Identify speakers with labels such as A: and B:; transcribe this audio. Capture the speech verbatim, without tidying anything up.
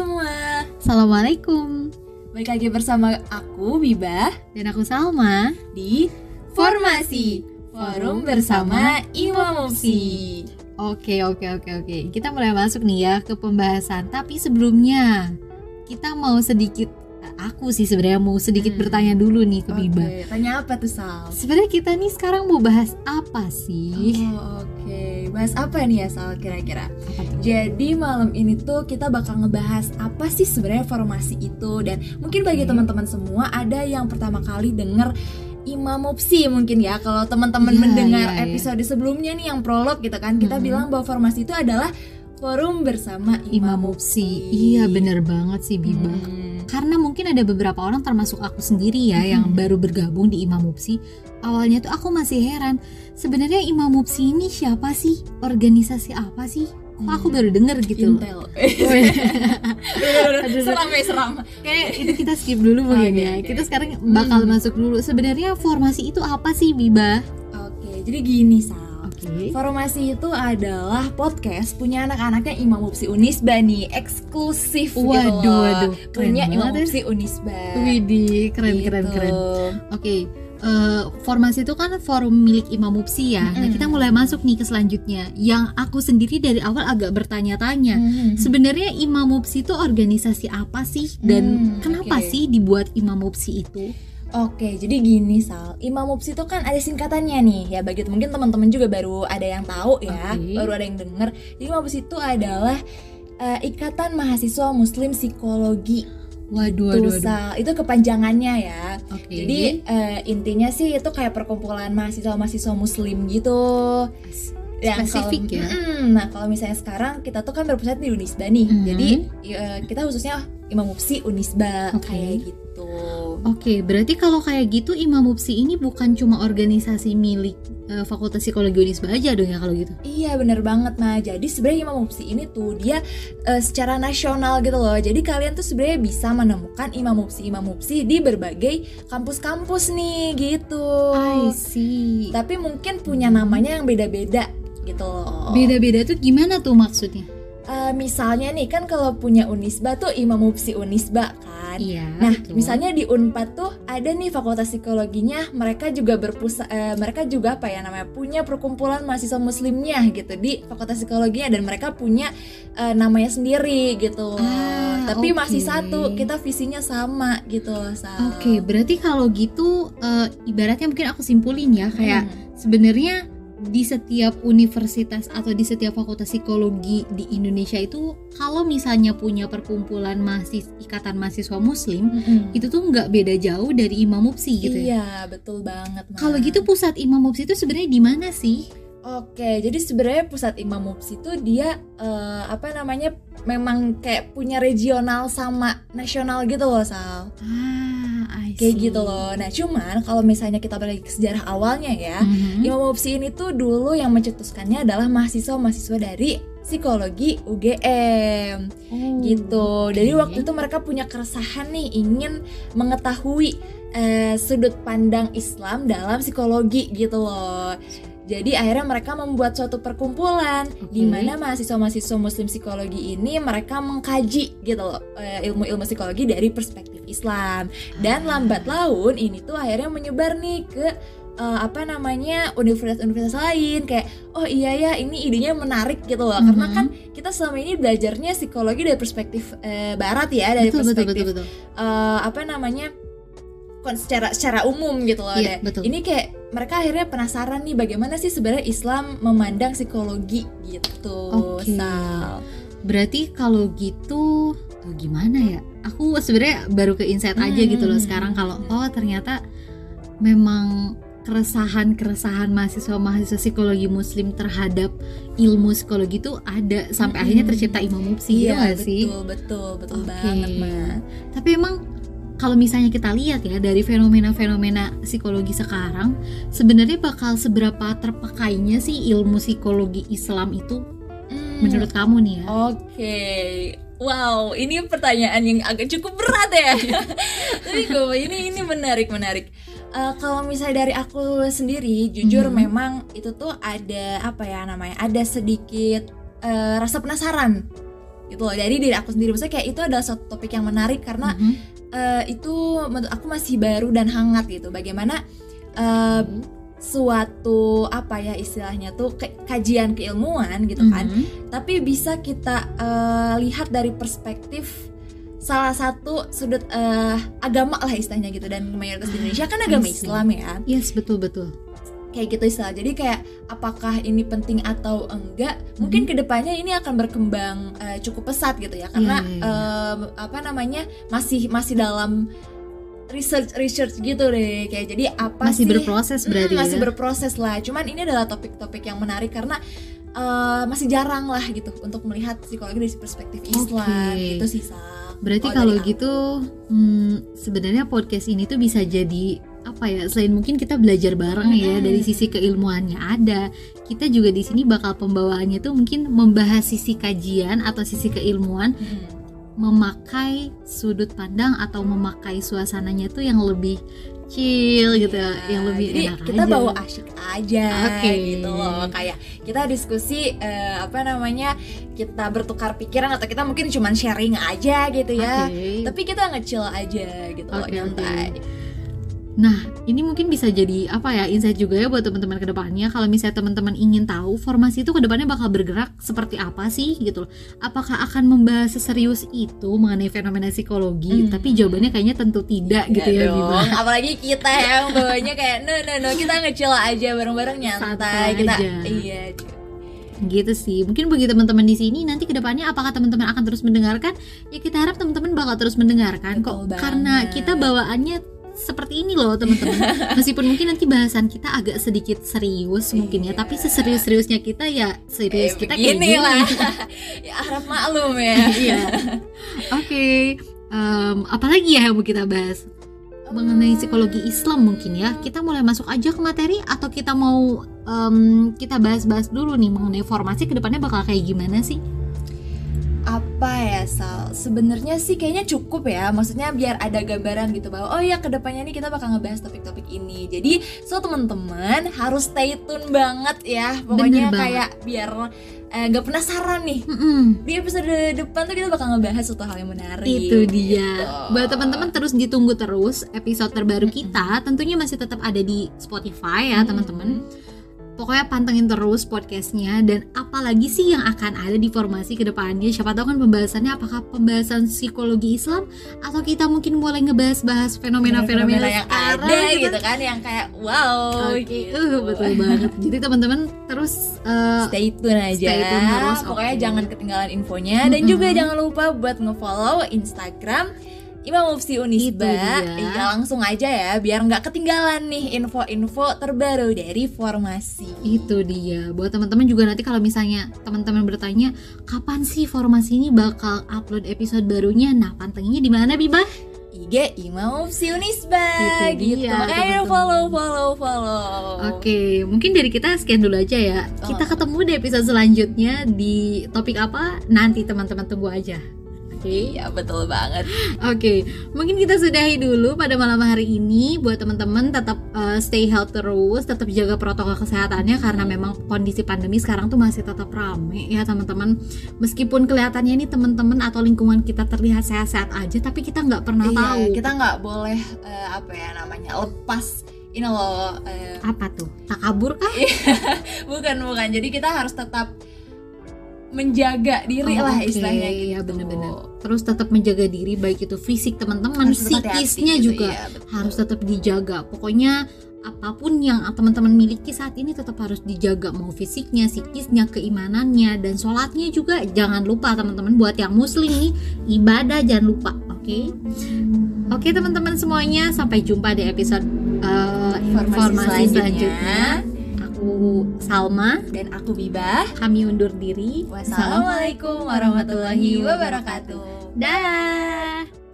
A: semua.
B: Assalamualaikum.
A: Balik lagi bersama aku Bibah
B: dan aku Salma
A: di Formasi Forum bersama Imam Mufsi.
B: Oke oke oke oke. Kita mulai masuk nih ya ke pembahasan. Tapi sebelumnya kita mau sedikit, aku sih sebenarnya mau sedikit hmm. bertanya dulu nih ke Bibah.
A: Oke, tanya apa tuh Sal?
B: Sebenarnya kita nih sekarang mau bahas apa sih?
A: Oh, oke. Okay. Bahas apa nih ya Sal kira-kira? Jadi malam ini tuh kita bakal ngebahas apa sih sebenarnya formasi itu, dan mungkin bagi hmm. teman-teman semua ada yang pertama kali denger Imam Mufsi mungkin ya. Kalau teman-teman ya, mendengar ya, episode ya. sebelumnya nih yang prolog gitu kan, kita hmm. bilang bahwa formasi itu adalah forum bersama Imam, Imam Mufsi.
B: Iya bener banget sih Bibah. Hmm. Karena mungkin ada beberapa orang termasuk aku sendiri ya hmm. yang baru bergabung di Imam Mufsi. Awalnya tuh aku masih heran, sebenarnya Imam Mufsi ini siapa sih? Organisasi apa sih? Kok hmm. aku baru denger gitu.
A: Intel. Seram ya, seram.
B: Kayak itu kita skip dulu mungkin okay, ya. Okay. Kita sekarang bakal hmm. masuk dulu. Sebenarnya formasi itu apa sih, Bibah?
A: Oke, okay, jadi gini Sal. Okay. Formasi itu adalah podcast punya anak-anaknya Imam Mufsi Unisba nih, eksklusif
B: waduh,
A: gitu loh.
B: Waduh,
A: punya Imam Mufsi Unisba.
B: Widih, keren gitu. keren keren. Oke. Okay. Uh, formasi itu kan forum milik Imam Mufsi ya. Mm-hmm. Nah kita mulai masuk nih ke selanjutnya. Yang aku sendiri dari awal agak bertanya-tanya. Mm-hmm. Sebenarnya Imam Mufsi itu organisasi apa sih? Dan mm, kenapa okay. sih dibuat Imam Mufsi itu?
A: Oke, jadi gini Sal, Imam Mufsi itu kan ada singkatannya nih ya, bagi mungkin teman-teman juga baru ada yang tahu ya, okay. baru ada yang denger. Jadi Imam Mufsi itu adalah uh, Ikatan Mahasiswa Muslim Psikologi.
B: Waduh, waduh, waduh.
A: Itu kepanjangannya ya.
B: Okay.
A: Jadi uh, intinya sih itu kayak perkumpulan mahasiswa-mahasiswa Muslim gitu.
B: Spesifik
A: kalau,
B: ya.
A: Mm, nah kalau misalnya sekarang kita tuh kan berpusat di Unisba nih. Mm-hmm. Jadi uh, kita khususnya Imam Mufsi Unisba okay. kayak gitu.
B: Oke, okay, berarti kalau kayak gitu Imam Mufsi ini bukan cuma organisasi milik uh, Fakultas Psikologi Unisba aja dong ya kalau gitu?
A: Iya benar banget. Nah jadi sebenarnya Imam Mufsi ini tuh dia uh, secara nasional gitu loh. Jadi kalian tuh sebenarnya bisa menemukan Imam Mufsi Imam Mufsi di berbagai kampus-kampus nih gitu.
B: I see.
A: Tapi mungkin punya namanya yang beda-beda gitu loh.
B: Beda-beda tuh gimana tuh maksudnya?
A: Uh, misalnya nih kan kalau punya Unisba tuh Imam Mufsi Unisba kan.
B: Iya,
A: nah
B: betul.
A: Misalnya di Unpad tuh ada nih fakultas psikologinya, mereka juga berpusat, uh, mereka juga apa ya namanya punya perkumpulan mahasiswa muslimnya gitu di fakultas psikologinya, dan mereka punya uh, namanya sendiri gitu.
B: Ah,
A: tapi okay. masih satu, kita visinya sama gitu loh Sal.
B: Oke, okay, berarti kalau gitu uh, ibaratnya mungkin aku simpulin ya kayak hmm. sebenarnya di setiap universitas atau di setiap fakultas psikologi di Indonesia itu kalau misalnya punya perkumpulan mahasiswa, ikatan mahasiswa muslim, mm-hmm. itu tuh nggak beda jauh dari Imam Mufsi gitu ya.
A: Iya betul banget.
B: Kalau gitu pusat Imam Mufsi itu sebenarnya di mana sih?
A: Oke, jadi sebenarnya pusat Imam Mufsi itu dia uh, apa namanya memang kayak punya regional sama nasional gitu loh Sal.
B: Ah, I see.
A: Kayak gitu loh. Nah cuman kalau misalnya kita balik ke sejarah awalnya ya, mm-hmm. Imam Mufsi ini tuh dulu yang mencetuskannya adalah mahasiswa-mahasiswa dari psikologi U G M oh, gitu. Okay. Jadi waktu itu mereka punya keresahan nih, ingin mengetahui uh, sudut pandang Islam dalam psikologi gitu loh. Jadi akhirnya mereka membuat suatu perkumpulan okay. di mana mahasiswa-mahasiswa muslim psikologi ini mereka mengkaji gitu loh ilmu-ilmu psikologi dari perspektif Islam. Dan ah. lambat laun ini tuh akhirnya menyebar nih ke uh, apa namanya universitas-universitas lain, kayak oh iya ya ini idenya menarik gitu loh. Mm-hmm. Karena kan kita selama ini belajarnya psikologi dari perspektif uh, barat ya, dari
B: betul,
A: perspektif
B: betul, betul, betul.
A: Uh, apa namanya secara secara umum gitu loh.
B: Iya, betul.
A: Ini kayak mereka akhirnya penasaran nih bagaimana sih sebenarnya Islam memandang psikologi gitu.
B: Oke.
A: Okay.
B: Berarti kalau gitu tuh gimana ya? Aku sebenarnya baru ke insight aja hmm. gitu loh sekarang kalau oh ternyata memang keresahan-keresahan mahasiswa-mahasiswa psikologi muslim terhadap ilmu psikologi itu ada sampai hmm. akhirnya tercipta Imam Mufsi gitu
A: Iya,
B: gak sih?
A: Betul, betul, betul
B: okay.
A: banget, Ma.
B: Tapi emang kalau misalnya kita lihat ya dari fenomena-fenomena psikologi sekarang, sebenarnya bakal seberapa terpakainya sih ilmu psikologi Islam itu hmm. menurut kamu nih ya?
A: Oke, okay. Wow, ini pertanyaan yang agak cukup berat ya. Tapi gue ini ini menarik menarik. Uh, kalau misalnya dari aku sendiri, jujur mm-hmm. memang itu tuh ada apa ya namanya, ada sedikit uh, rasa penasaran gitu loh dari diri aku sendiri. Maksudnya kayak itu adalah satu topik yang menarik karena mm-hmm. uh, itu menurut aku masih baru dan hangat gitu. Bagaimana uh, suatu apa ya istilahnya tuh ke- kajian keilmuan gitu kan, mm-hmm. tapi bisa kita uh, lihat dari perspektif salah satu sudut uh, agama lah istilahnya gitu, dan mayoritas di Indonesia kan agama Islam ya.
B: Yes, betul betul.
A: Kayak gitu istilah. Jadi kayak apakah ini penting atau enggak? Mm-hmm. Mungkin kedepannya ini akan berkembang uh, cukup pesat gitu ya, karena yeah, yeah, yeah. Uh, apa namanya masih masih dalam research research gitu deh, kayak jadi apa
B: masih
A: sih
B: berproses berarti
A: hmm, masih
B: ya?
A: berproses lah. Cuman ini adalah topik-topik yang menarik karena uh, masih jarang lah gitu untuk melihat psikologi dari perspektif Islam. Okay. Gitu sih Sal.
B: Berarti kalau gitu hmm, sebenarnya podcast ini tuh bisa jadi apa ya, selain mungkin kita belajar bareng hmm. ya dari sisi keilmuannya ada, kita juga di sini bakal pembawaannya tuh mungkin membahas sisi kajian atau sisi keilmuan. Hmm. Memakai sudut pandang atau memakai suasananya tuh yang lebih chill gitu, ya, yang lebih
A: jadi
B: enak
A: kita
B: aja.
A: Bawa asyik aja,
B: okay.
A: gitu loh. Kayak kita diskusi uh, apa namanya, kita bertukar pikiran atau kita mungkin cuma sharing aja gitu ya. Okay. Tapi kita nge-chill aja gitu okay, loh, nyantai. Okay.
B: Nah, ini mungkin bisa jadi apa ya, insight juga ya buat teman-teman ke depannya. Kalau misalnya teman-teman ingin tahu formasi itu ke depannya bakal bergerak seperti apa sih gitu loh. Apakah akan membahas seserius itu mengenai fenomena psikologi? Hmm. Tapi jawabannya kayaknya tentu tidak gitu ya,
A: ya Bima. Apalagi kita yang bawanya kayak no no no, kita nge-chill aja bareng-bareng nyantai. Santai kita aja. Iya.
B: Gitu sih. Mungkin bagi teman-teman di sini nanti kedepannya apakah teman-teman akan terus mendengarkan? Ya kita harap teman-teman bakal terus mendengarkan. Betul kok banget. Karena kita bawaannya seperti ini loh teman-teman. Meskipun mungkin nanti bahasan kita agak sedikit serius mungkin ya, tapi seserius-seriusnya kita ya serius eh, kita kayak gini lah.
A: Ya harap maklum ya.
B: Iya. Oke, okay. um, apalagi ya yang mau kita bahas mengenai psikologi Islam mungkin ya. Kita mulai masuk aja ke materi atau kita mau um, kita bahas-bahas dulu nih mengenai formasi kedepannya bakal kayak gimana sih?
A: Apa ya Sal, sebenarnya sih kayaknya cukup ya, maksudnya biar ada gambaran gitu bahwa oh ya kedepannya nih kita bakal ngebahas topik-topik ini. Jadi so teman-teman harus stay tune banget ya, pokoknya kayak biar nggak eh, penasaran nih. Mm-mm. Di episode depan tuh kita bakal ngebahas suatu hal yang menarik.
B: Itu dia gitu. Buat teman-teman terus ditunggu terus episode terbaru kita. Mm-mm. Tentunya masih tetap ada di Spotify ya. Mm-mm. Teman-teman pokoknya pantengin terus podcastnya, dan apalagi sih yang akan ada di formasi ke depannya. Siapa tahu kan pembahasannya apakah pembahasan psikologi Islam atau kita mungkin mulai ngebahas-bahas fenomena-fenomena
A: yang ada gitu, gitu kan, yang kayak wow
B: okay. gitu. uh, betul banget. Jadi teman-teman terus uh,
A: stay tune aja, stay tune terus, pokoknya okay. jangan ketinggalan infonya. Dan mm-hmm. juga jangan lupa buat nge-follow Instagram Imam Mufti Unisba. Ya, langsung aja ya biar nggak ketinggalan nih info-info terbaru dari formasi.
B: Itu dia. Buat teman-teman juga nanti kalau misalnya teman-teman bertanya kapan sih formasi ini bakal upload episode barunya, nah pantengnya di mana Biba?
A: I G Imam Mufti Unisba gitu. Makanya follow follow follow.
B: Oke, mungkin dari kita sekian dulu aja ya. Oh. Kita ketemu di episode selanjutnya di topik apa? Nanti teman-teman tunggu aja.
A: Okay. Iya betul banget.
B: Oke, okay. Mungkin kita sudahi dulu pada malam hari ini. Buat teman-teman tetap uh, stay healthy terus, tetap jaga protokol kesehatannya karena memang kondisi pandemi sekarang tuh masih tetap rame ya teman-teman. Meskipun kelihatannya ini teman-teman atau lingkungan kita terlihat sehat-sehat aja, tapi kita nggak pernah
A: iya,
B: tahu.
A: Kita nggak boleh uh, apa ya namanya lepas ini loh. Uh,
B: apa tuh? Takabur kah?
A: bukan bukan. Jadi kita harus tetap menjaga diri oh, lah okay. istilahnya gitu.
B: Iya benar-benar. Terus tetap menjaga diri, baik itu fisik teman-teman, psikisnya gitu, juga ya, harus tetap dijaga. Pokoknya apapun yang teman-teman miliki saat ini tetap harus dijaga, mau fisiknya, psikisnya, keimanannya, dan sholatnya juga jangan lupa teman-teman. Buat yang muslim nih, ibadah jangan lupa. Oke, okay? Oke okay, teman-teman semuanya, sampai jumpa di episode uh, informasi, informasi selanjutnya. selanjutnya. Aku Salma
A: dan aku Biba.
B: Kami undur diri.
A: Wassalamualaikum warahmatullahi wabarakatuh.
B: Dah.